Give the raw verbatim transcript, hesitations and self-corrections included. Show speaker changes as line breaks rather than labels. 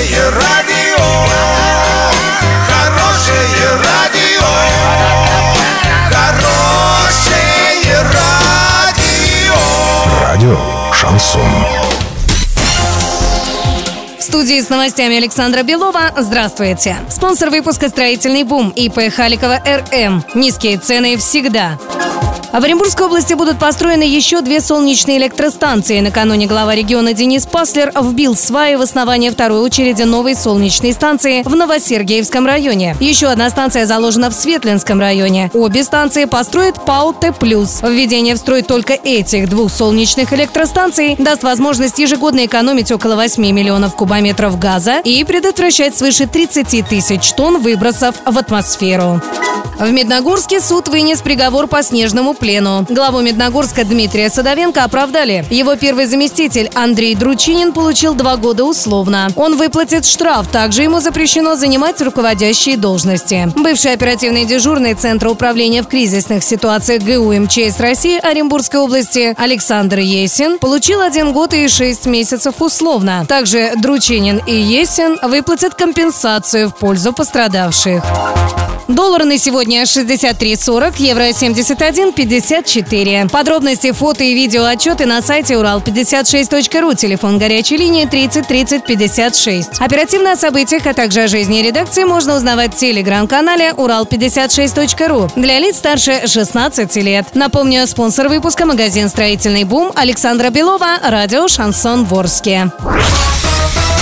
Хорошее радио, хорошее радио, хорошее радио.
Радио Шансон.
В студии с новостями Александра Белова. Здравствуйте. Спонсор выпуска «Строительный бум» ИП Халикова РМ. Низкие цены всегда. В Оренбургской области будут построены еще две солнечные электростанции. Накануне глава региона Денис Паслер вбил сваи в основание второй очереди новой солнечной станции в Новосергиевском районе. Еще одна станция заложена в Светлинском районе. Обе станции построит ПАО Т+. Введение в строй только этих двух солнечных электростанций даст возможность ежегодно экономить около восьми миллионов кубометров газа и предотвращать свыше тридцати тысяч тонн выбросов в атмосферу. В Медногорске суд вынес приговор по снежному плену. Главу Медногорска Дмитрия Садовенко оправдали. Его первый заместитель Андрей Дручинин получил два года условно. Он выплатит штраф. Также ему запрещено занимать руководящие должности. Бывший оперативный дежурный Центра управления в кризисных ситуациях ГУ МЧС России Оренбургской области Александр Есин получил один год и шесть месяцев условно. Также Дручинин и Есин выплатят компенсацию в пользу пострадавших. Доллар на сегодня шестьдесят три сорок, евро семьдесят один пятьдесят четыре. Подробности, фото и видео отчеты на сайте урал пятьдесят шесть точка ру, телефон горячей линии тридцать тридцать пятьдесят шесть. Оперативно о событиях, а также о жизни редакции можно узнавать в телеграм-канале урал пятьдесят шесть точка ру для лиц старше шестнадцати лет. Напомню, спонсор выпуска — магазин «Строительный бум», Александра Белова, радио «Шансон» в Орске.